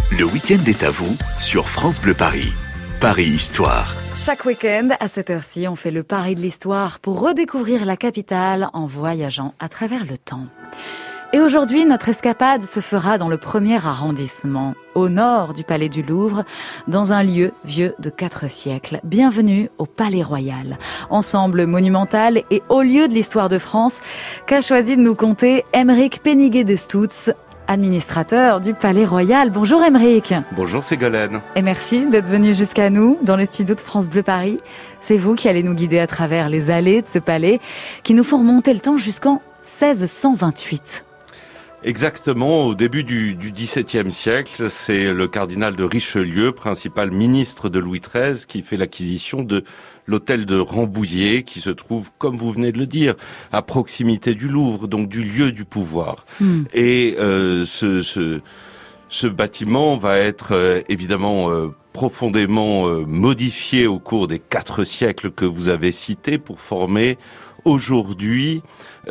Le week-end est à vous sur France Bleu Paris. Paris Histoire. Chaque week-end, à cette heure-ci, on fait le pari de l'histoire pour redécouvrir la capitale en voyageant à travers le temps. Et aujourd'hui, notre escapade se fera dans le 1er arrondissement, au nord du Palais du Louvre, dans un lieu vieux de 4 siècles. Bienvenue au Palais Royal, ensemble monumental et haut lieu de l'histoire de France, qu'a choisi de nous conter Aymeric Péniguet de Stoets, administrateur du Palais Royal. Bonjour Aymeric. Bonjour Ségolène. Et merci d'être venu jusqu'à nous, dans les studios de France Bleu Paris. C'est vous qui allez nous guider à travers les allées de ce palais, qui nous font remonter le temps jusqu'en 1628. Exactement, au début du XVIIe siècle, c'est le cardinal de Richelieu, principal ministre de Louis XIII, qui fait l'acquisition de l'hôtel de Rambouillet, qui se trouve, comme vous venez de le dire, à proximité du Louvre, donc du lieu du pouvoir. Et ce bâtiment va être évidemment profondément modifié au cours des 4 siècles que vous avez cités pour former aujourd'hui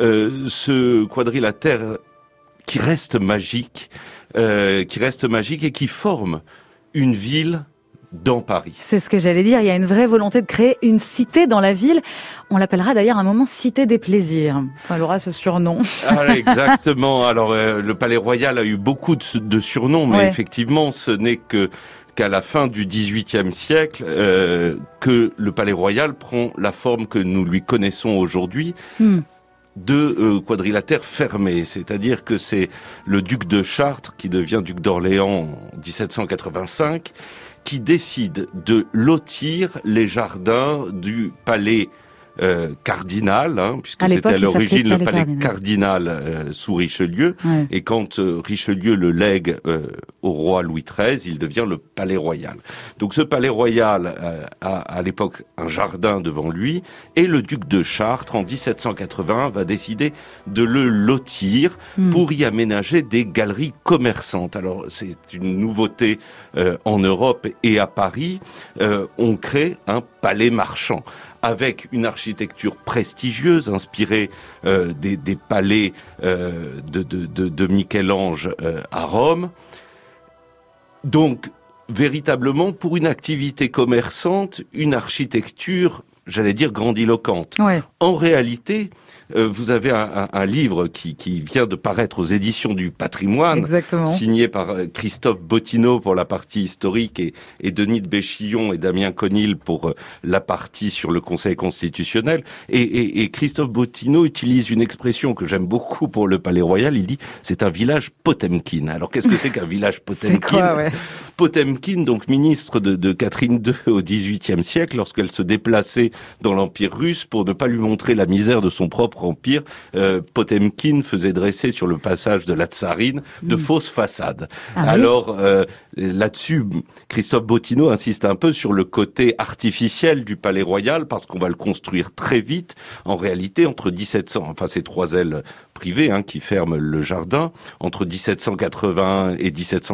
ce quadrilatère qui reste magique et qui forme une ville dans Paris. C'est ce que j'allais dire, il y a une vraie volonté de créer une cité dans la ville. On l'appellera d'ailleurs à un moment Cité des Plaisirs. Enfin, elle aura ce surnom. Ah, exactement. Alors, le Palais Royal a eu beaucoup de surnoms, mais effectivement, ce n'est qu'à la fin du XVIIIe siècle que le Palais Royal prend la forme que nous lui connaissons aujourd'hui. De quadrilatère fermé, c'est-à-dire que c'est le duc de Chartres, qui devient duc d'Orléans en 1785, qui décide de lotir les jardins du palais cardinal, puisque c'était à l'origine le palais cardinal sous Richelieu, et quand Richelieu le lègue au roi Louis XIII, il devient le palais royal. Donc ce palais royal a à l'époque un jardin devant lui, et le duc de Chartres, en 1780, va décider de le lotir pour y aménager des galeries commerçantes. Alors c'est une nouveauté en Europe et à Paris, on crée un palais marchand, avec une architecture prestigieuse, inspirée des palais de Michel-Ange à Rome. Donc, véritablement, pour une activité commerçante, une architecture, j'allais dire, grandiloquente. En réalité, vous avez un livre qui vient de paraître aux éditions du Patrimoine, signé par Christophe Bottineau pour la partie historique et Denis de Béchillon et Damien Conil pour la partie sur le Conseil constitutionnel. Et Christophe Bottineau utilise une expression que j'aime beaucoup pour le Palais Royal. Il dit c'est un village Potemkin. Alors qu'est-ce que c'est qu'un village Potemkin? Potemkin, donc ministre de Catherine II au XVIIIe siècle, lorsqu'elle se déplaçait dans l'Empire russe pour ne pas lui montrer la misère de son propre empire, Potemkin faisait dresser sur le passage de la Tsarine de fausses façades. Alors là-dessus, Christophe Bottineau insiste un peu sur le côté artificiel du Palais Royal, parce qu'on va le construire très vite. En réalité, entre 1700, enfin ces 3 ailes privées qui ferment le jardin, entre 1780 et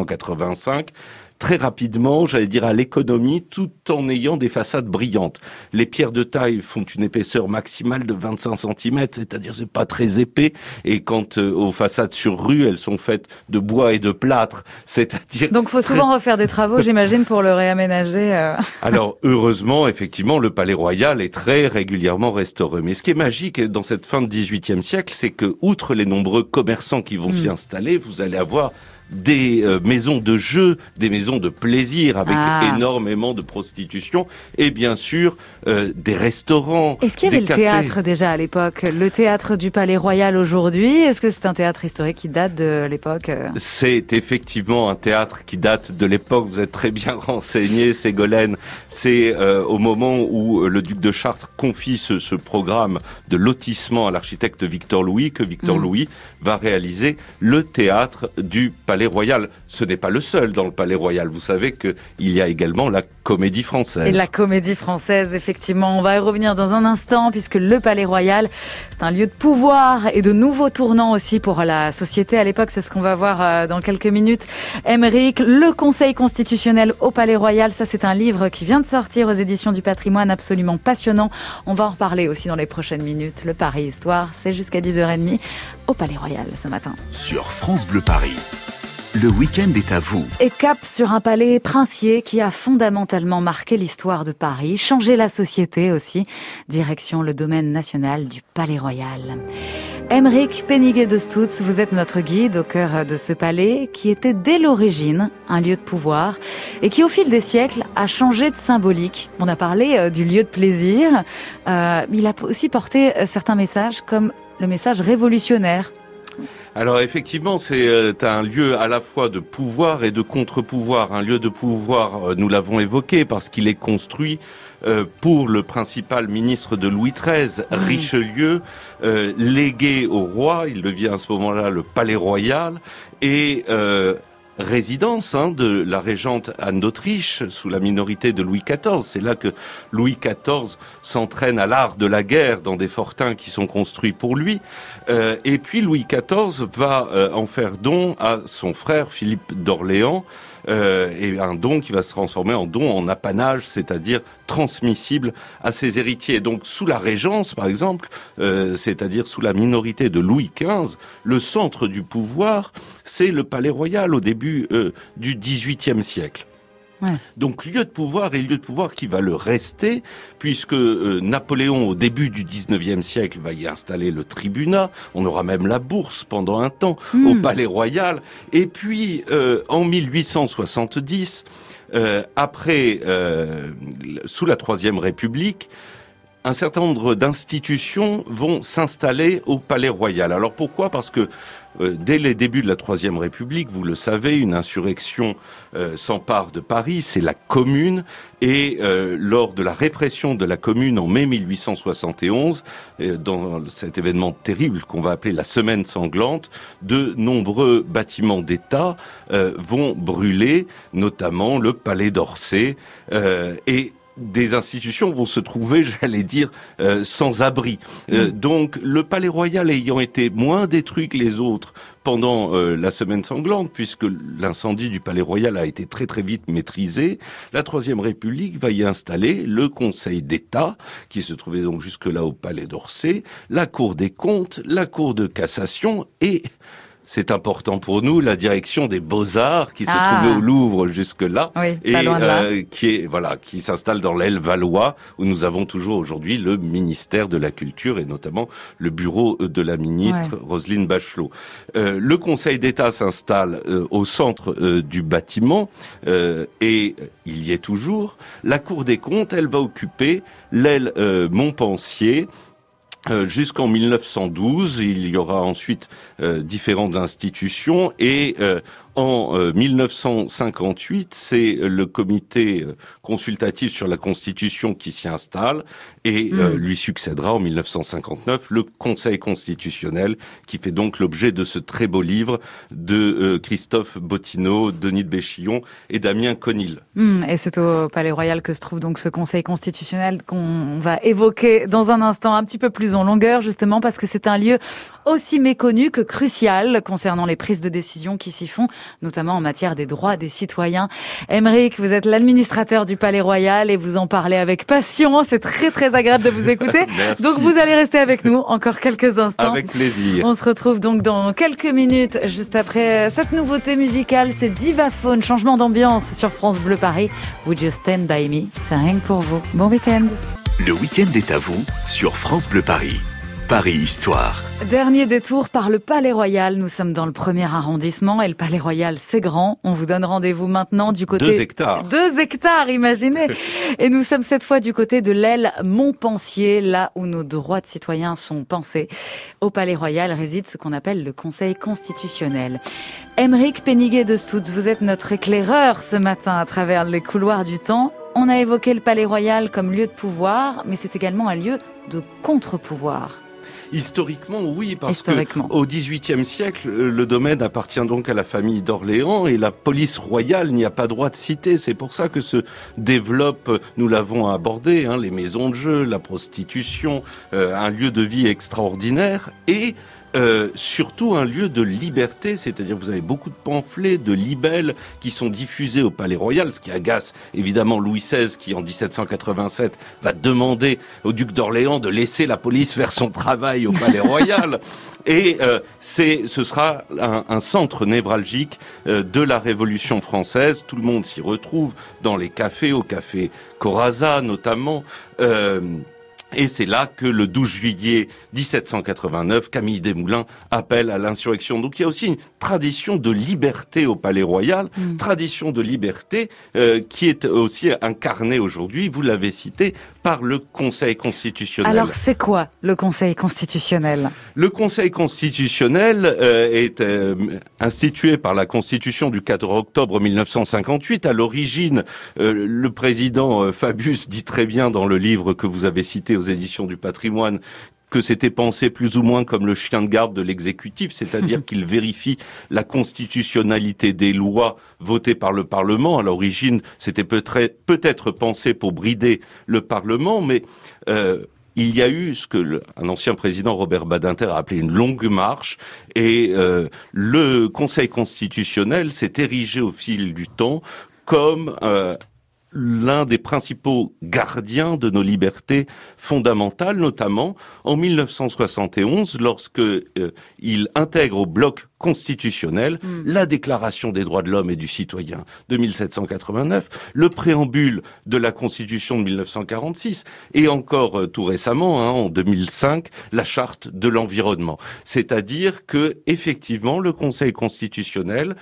1785, très rapidement, j'allais dire à l'économie, tout en ayant des façades brillantes. Les pierres de taille font une épaisseur maximale de 25 cm, c'est-à-dire c'est pas très épais, et quand aux façades sur rue, elles sont faites de bois et de plâtre, c'est-à-dire... Donc faut souvent refaire des travaux, j'imagine, pour le réaménager. Alors heureusement, effectivement, le Palais Royal est très régulièrement restauré. Mais ce qui est magique dans cette fin de XVIIIe siècle, c'est que, outre les nombreux commerçants qui vont s'y installer, vous allez avoir des maisons de jeux, des maisons de plaisir avec énormément de prostitution et bien sûr des restaurants. Est-ce qu'il y avait le théâtre déjà à l'époque? Le théâtre du Palais Royal aujourd'hui, est-ce que c'est un théâtre historique qui date de l'époque? C'est effectivement un théâtre qui date de l'époque, vous êtes très bien renseigné Ségolène. C'est au moment où le duc de Chartres confie ce programme de lotissement à l'architecte Victor Louis, que Victor Louis va réaliser le théâtre du Palais Royal. Ce n'est pas le seul dans le Palais Royal. Vous savez qu'il y a également la Comédie Française. Et la Comédie Française, effectivement. On va y revenir dans un instant, puisque le Palais Royal, c'est un lieu de pouvoir et de nouveaux tournants aussi pour la société. À l'époque, c'est ce qu'on va voir dans quelques minutes. Aymeric, le Conseil constitutionnel au Palais Royal, ça c'est un livre qui vient de sortir aux éditions du Patrimoine, absolument passionnant. On va en reparler aussi dans les prochaines minutes. Le Paris Histoire, c'est jusqu'à 10h30 au Palais Royal ce matin. Sur France Bleu Paris. Le week-end est à vous. Et cap sur un palais princier qui a fondamentalement marqué l'histoire de Paris, changé la société aussi. Direction le domaine national du Palais Royal. Aymeric Péniguet de Stoets, vous êtes notre guide au cœur de ce palais qui était dès l'origine un lieu de pouvoir et qui au fil des siècles a changé de symbolique. On a parlé du lieu de plaisir, mais il a aussi porté certains messages comme le message révolutionnaire. Alors effectivement, c'est un lieu à la fois de pouvoir et de contre-pouvoir. Un lieu de pouvoir, nous l'avons évoqué, parce qu'il est construit pour le principal ministre de Louis XIII, Richelieu, légué au roi. Il devient à ce moment-là le Palais Royal et résidence de la régente Anne d'Autriche sous la minorité de Louis XIV. C'est là que Louis XIV s'entraîne à l'art de la guerre dans des fortins qui sont construits pour lui. Et puis Louis XIV va en faire don à son frère Philippe d'Orléans, et un don qui va se transformer en don en apanage, c'est-à-dire transmissible à ses héritiers. Donc sous la régence, par exemple, c'est-à-dire sous la minorité de Louis XV, le centre du pouvoir, c'est le Palais Royal au début du XVIIIe siècle. Ouais. Donc lieu de pouvoir et lieu de pouvoir qui va le rester, puisque Napoléon au début du 19e siècle va y installer le tribunat. On aura même la bourse pendant un temps au Palais Royal. Et puis en 1870, sous la Troisième République, un certain nombre d'institutions vont s'installer au Palais Royal. Alors pourquoi ? Parce que dès les débuts de la Troisième République, vous le savez, une insurrection s'empare de Paris, c'est la Commune, et lors de la répression de la Commune en mai 1871, dans cet événement terrible qu'on va appeler la Semaine sanglante, de nombreux bâtiments d'État vont brûler, notamment le Palais d'Orsay, et des institutions vont se trouver, j'allais dire, sans abri. Donc, le Palais Royal ayant été moins détruit que les autres pendant la Semaine sanglante, puisque l'incendie du Palais Royal a été très très vite maîtrisé, la Troisième République va y installer le Conseil d'État, qui se trouvait donc jusque-là au Palais d'Orsay, la Cour des comptes, la Cour de cassation et... c'est important pour nous, la direction des Beaux-Arts qui se trouvait au Louvre jusque-là, oui, et qui s'installe dans l'aile Valois, où nous avons toujours aujourd'hui le ministère de la Culture et notamment le bureau de la ministre Roselyne Bachelot. Le Conseil d'État s'installe au centre du bâtiment et il y est toujours. La Cour des comptes, elle va occuper l'aile Montpensier. Jusqu'en 1912, il y aura ensuite différentes institutions et en 1958, c'est le comité consultatif sur la Constitution qui s'y installe et lui succédera en 1959 le Conseil constitutionnel qui fait donc l'objet de ce très beau livre de Christophe Bottineau, Denis de Béchillon et Damien Conil. Et c'est au Palais Royal que se trouve donc ce Conseil constitutionnel qu'on va évoquer dans un instant un petit peu plus en longueur, justement parce que c'est un lieu aussi méconnu que crucial concernant les prises de décision qui s'y font, notamment en matière des droits des citoyens. Aymeric, vous êtes l'administrateur du Palais Royal et vous en parlez avec passion. C'est très très agréable de vous écouter. Donc vous allez rester avec nous encore quelques instants. Avec plaisir. On se retrouve donc dans quelques minutes, juste après cette nouveauté musicale. C'est Divaphone, changement d'ambiance sur France Bleu Paris. Would you stand by me? C'est rien que pour vous. Bon week-end. Le week-end est à vous sur France Bleu Paris. Paris Histoire. Dernier détour par le Palais Royal. Nous sommes dans le premier arrondissement et le Palais Royal, c'est grand. On vous donne rendez-vous maintenant du côté... 2 hectares. 2 hectares, imaginez. Et nous sommes cette fois du côté de l'aile Montpensier, là où nos droits de citoyens sont pensés. Au Palais Royal réside ce qu'on appelle le Conseil constitutionnel. Aymeric Péniguet de Stoets, vous êtes notre éclaireur ce matin à travers les couloirs du temps. On a évoqué le Palais Royal comme lieu de pouvoir, mais c'est également un lieu de contre-pouvoir. Historiquement, oui, parce que au XVIIIe siècle, le domaine appartient donc à la famille d'Orléans et la police royale n'y a pas droit de cité. C'est pour ça que se développe, nous l'avons abordé, les maisons de jeu, la prostitution, un lieu de vie extraordinaire et surtout un lieu de liberté, c'est-à-dire vous avez beaucoup de pamphlets, de libelles qui sont diffusés au Palais Royal, ce qui agace évidemment Louis XVI qui en 1787 va demander au duc d'Orléans de laisser la police faire son travail au Palais Royal. Et ce sera un centre névralgique de la Révolution française. Tout le monde s'y retrouve dans les cafés, au café Corazza notamment. Et c'est là que le 12 juillet 1789, Camille Desmoulins appelle à l'insurrection. Donc il y a aussi une tradition de liberté au Palais Royal, tradition de liberté qui est aussi incarnée aujourd'hui, vous l'avez cité, par le Conseil constitutionnel. Alors c'est quoi le Conseil constitutionnel ? Le Conseil constitutionnel est institué par la Constitution du 4 octobre 1958. À l'origine, le président Fabius dit très bien dans le livre que vous avez cité aux éditions du Patrimoine que c'était pensé plus ou moins comme le chien de garde de l'exécutif, c'est-à-dire qu'il vérifie la constitutionnalité des lois votées par le Parlement. À l'origine, c'était peut-être pensé pour brider le Parlement, mais il y a eu ce que un ancien président, Robert Badinter, a appelé une longue marche, et le Conseil constitutionnel s'est érigé au fil du temps comme l'un des principaux gardiens de nos libertés fondamentales, notamment en 1971, lorsque il intègre au bloc constitutionnel la Déclaration des droits de l'homme et du citoyen de 1789, le préambule de la Constitution de 1946 et encore tout récemment, en 2005, la Charte de l'environnement. C'est-à-dire que effectivement, le Conseil constitutionnel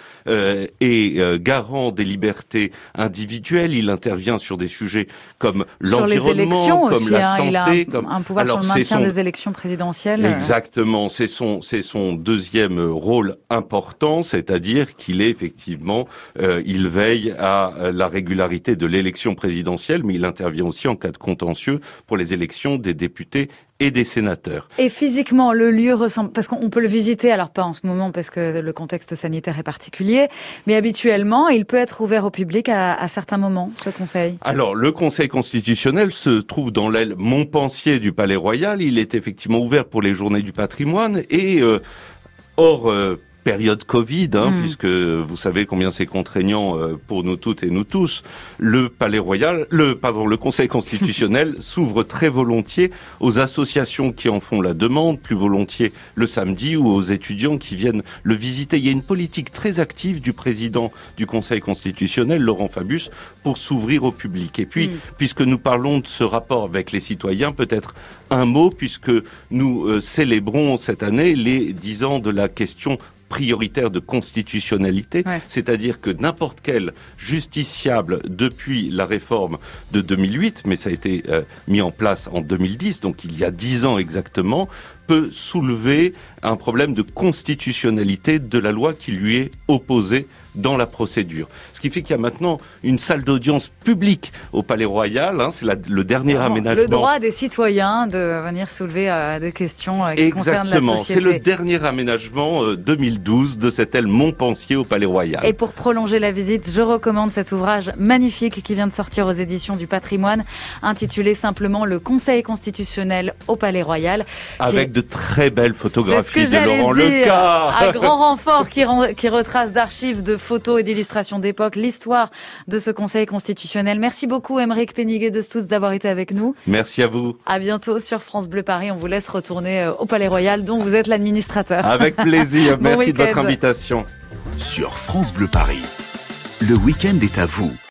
est garant des libertés individuelles. Il intervient sur des sujets comme l'environnement, comme la santé, il a un pouvoir sur le maintien des élections présidentielles. Exactement, c'est son deuxième rôle important, c'est-à-dire qu'il est effectivement, il veille à la régularité de l'élection présidentielle, mais il intervient aussi en cas de contentieux pour les élections des députés et des sénateurs. Et physiquement, le lieu ressemble, parce qu'on peut le visiter, alors pas en ce moment parce que le contexte sanitaire est particulier, mais habituellement, il peut être ouvert au public à certains moments, ce conseil. Alors, le Conseil constitutionnel se trouve dans l'aile Montpensier du Palais Royal. Il est effectivement ouvert pour les journées du patrimoine et hors période Covid, puisque vous savez combien c'est contraignant pour nous toutes et nous tous. Le Palais Royal, le Conseil constitutionnel s'ouvre très volontiers aux associations qui en font la demande, plus volontiers le samedi, ou aux étudiants qui viennent le visiter. Il y a une politique très active du président du Conseil constitutionnel, Laurent Fabius, pour s'ouvrir au public. Et puis, puisque nous parlons de ce rapport avec les citoyens, peut-être un mot, puisque nous célébrons cette année les 10 ans de la question prioritaire de constitutionnalité, c'est-à-dire que n'importe quel justiciable depuis la réforme de 2008, mais ça a été mis en place en 2010, donc il y a 10 ans exactement, peut soulever un problème de constitutionnalité de la loi qui lui est opposée dans la procédure. Ce qui fait qu'il y a maintenant une salle d'audience publique au Palais Royal, c'est le dernier aménagement. Le droit des citoyens de venir soulever des questions qui concernent la société. Exactement, c'est le dernier aménagement 2012 de cette aile Montpensier au Palais Royal. Et pour prolonger la visite, je recommande cet ouvrage magnifique qui vient de sortir aux éditions du Patrimoine, intitulé simplement Le Conseil constitutionnel au Palais Royal. Avec de très belles photographies de Laurent Leca. À grand renfort qui retrace d'archives, de photos et d'illustrations d'époque l'histoire de ce Conseil constitutionnel. Merci beaucoup Aymeric Péniguet de Stutz d'avoir été avec nous. Merci à vous. À bientôt sur France Bleu Paris. On vous laisse retourner au Palais Royal dont vous êtes l'administrateur. Avec plaisir. Merci de votre invitation. Sur France Bleu Paris, le week-end est à vous.